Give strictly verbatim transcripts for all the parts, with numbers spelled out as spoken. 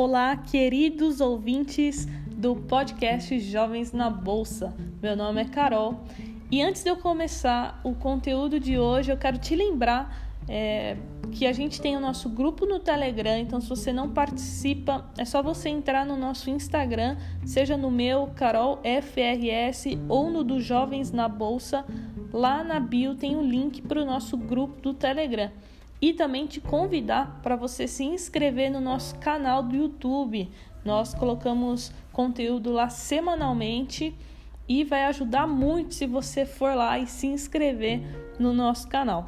Olá, queridos ouvintes do podcast Jovens na Bolsa. Meu nome é Carol e antes de eu começar o conteúdo de hoje, eu quero te lembrar é, que a gente tem o nosso grupo no Telegram, então se você não participa, é só você entrar no nosso Instagram, seja no meu, Carol F R S, ou no do Jovens na Bolsa. Lá na bio tem o link para o nosso grupo do Telegram. E também te convidar para você se inscrever no nosso canal do YouTube. Nós colocamos conteúdo lá semanalmente e vai ajudar muito se você for lá e se inscrever no nosso canal.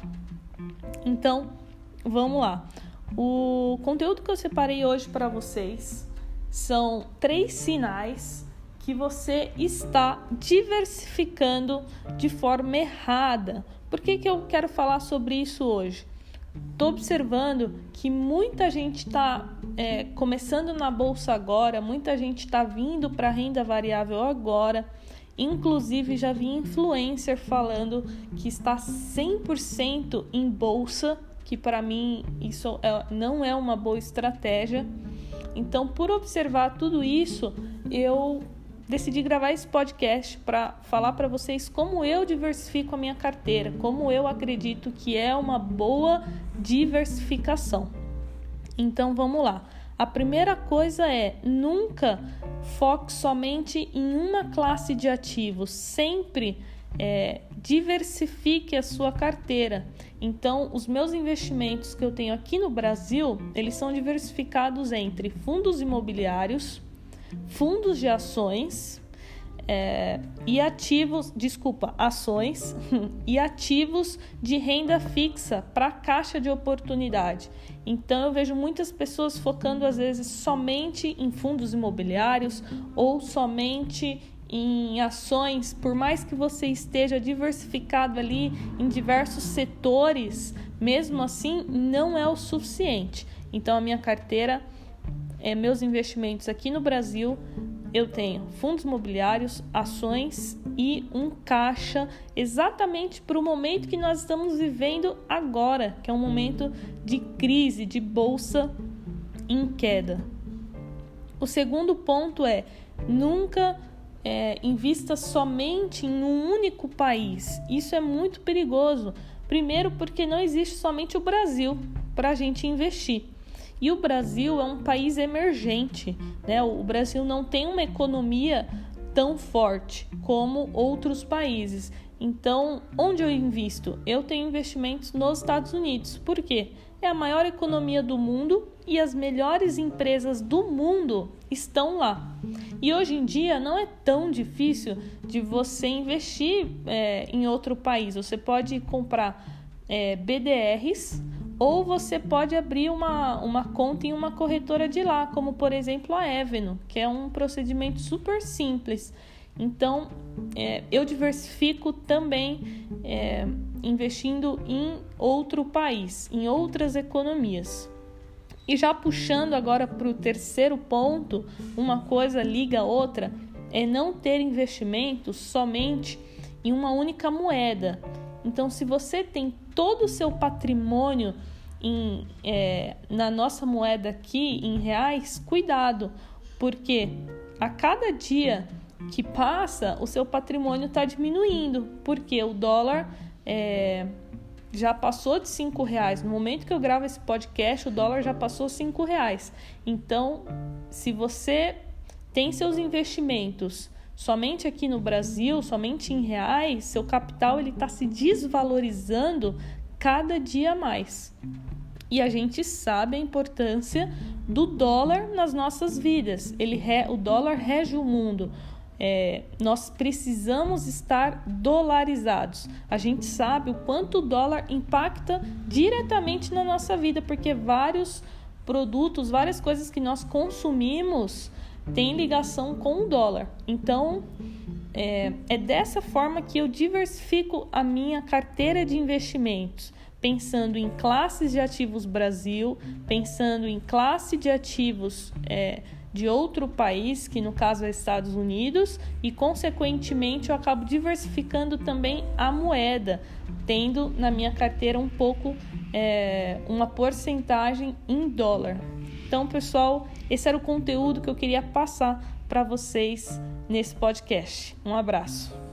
Então, vamos lá. O conteúdo que eu separei hoje para vocês são três sinais que você está diversificando de forma errada. Por que que eu quero falar sobre isso hoje? Estou observando que muita gente está é, começando na bolsa agora, muita gente está vindo para a renda variável agora, inclusive já vi influencer falando que está cem por cento em bolsa, que para mim isso é, não é uma boa estratégia. Então, por observar tudo isso, eu decidi gravar esse podcast para falar para vocês como eu diversifico a minha carteira, como eu acredito que é uma boa diversificação. Então vamos lá. A primeira coisa é nunca foque somente em uma classe de ativos, sempre é, diversifique a sua carteira. Então os meus investimentos que eu tenho aqui no Brasil, eles são diversificados entre fundos imobiliários, fundos de ações é, e ativos, desculpa, ações e ativos de renda fixa para caixa de oportunidade. Então eu vejo muitas pessoas focando às vezes somente em fundos imobiliários ou somente em ações, por mais que você esteja diversificado ali em diversos setores, mesmo assim não é o suficiente. Então a minha carteira É, meus investimentos aqui no Brasil, eu tenho fundos imobiliários, ações e um caixa exatamente para o momento que nós estamos vivendo agora, que é um momento de crise, de bolsa em queda. O segundo ponto é, nunca é, invista somente em um único país. Isso é muito perigoso. Primeiro porque não existe somente o Brasil para a gente investir. E o Brasil é um país emergente, né? O Brasil não tem uma economia tão forte como outros países. Então, onde eu invisto? Eu tenho investimentos nos Estados Unidos. Por quê? É a maior economia do mundo e as melhores empresas do mundo estão lá. E hoje em dia não é tão difícil de você investir é, em outro país. Você pode comprar é, B D Rs, ou você pode abrir uma, uma conta em uma corretora de lá, como por exemplo a Eveno, que é um procedimento super simples. Então, é, eu diversifico também é, investindo em outro país, em outras economias. E já puxando agora para o terceiro ponto, uma coisa liga a outra, é não ter investimentos somente em uma única moeda. Então, se você tem todo o seu patrimônio em, é, na nossa moeda aqui, em reais, cuidado, porque a cada dia que passa, o seu patrimônio está diminuindo, porque o dólar é, já passou de cinco reais. No momento que eu gravo esse podcast, o dólar já passou cinco reais. Então, se você tem seus investimentos somente aqui no Brasil, somente em reais, seu capital ele está se desvalorizando cada dia mais. E a gente sabe a importância do dólar nas nossas vidas. Ele re, o dólar rege o mundo. É, nós precisamos estar dolarizados. A gente sabe o quanto o dólar impacta diretamente na nossa vida, porque vários produtos, várias coisas que nós consumimos tem ligação com o dólar. Então, é, é dessa forma que eu diversifico a minha carteira de investimentos, pensando em classes de ativos Brasil, pensando em classe de ativos é, de outro país, que no caso é Estados Unidos, e consequentemente eu acabo diversificando também a moeda, tendo na minha carteira um pouco, é, uma porcentagem em dólar. Então, pessoal, esse era o conteúdo que eu queria passar para vocês nesse podcast. Um abraço.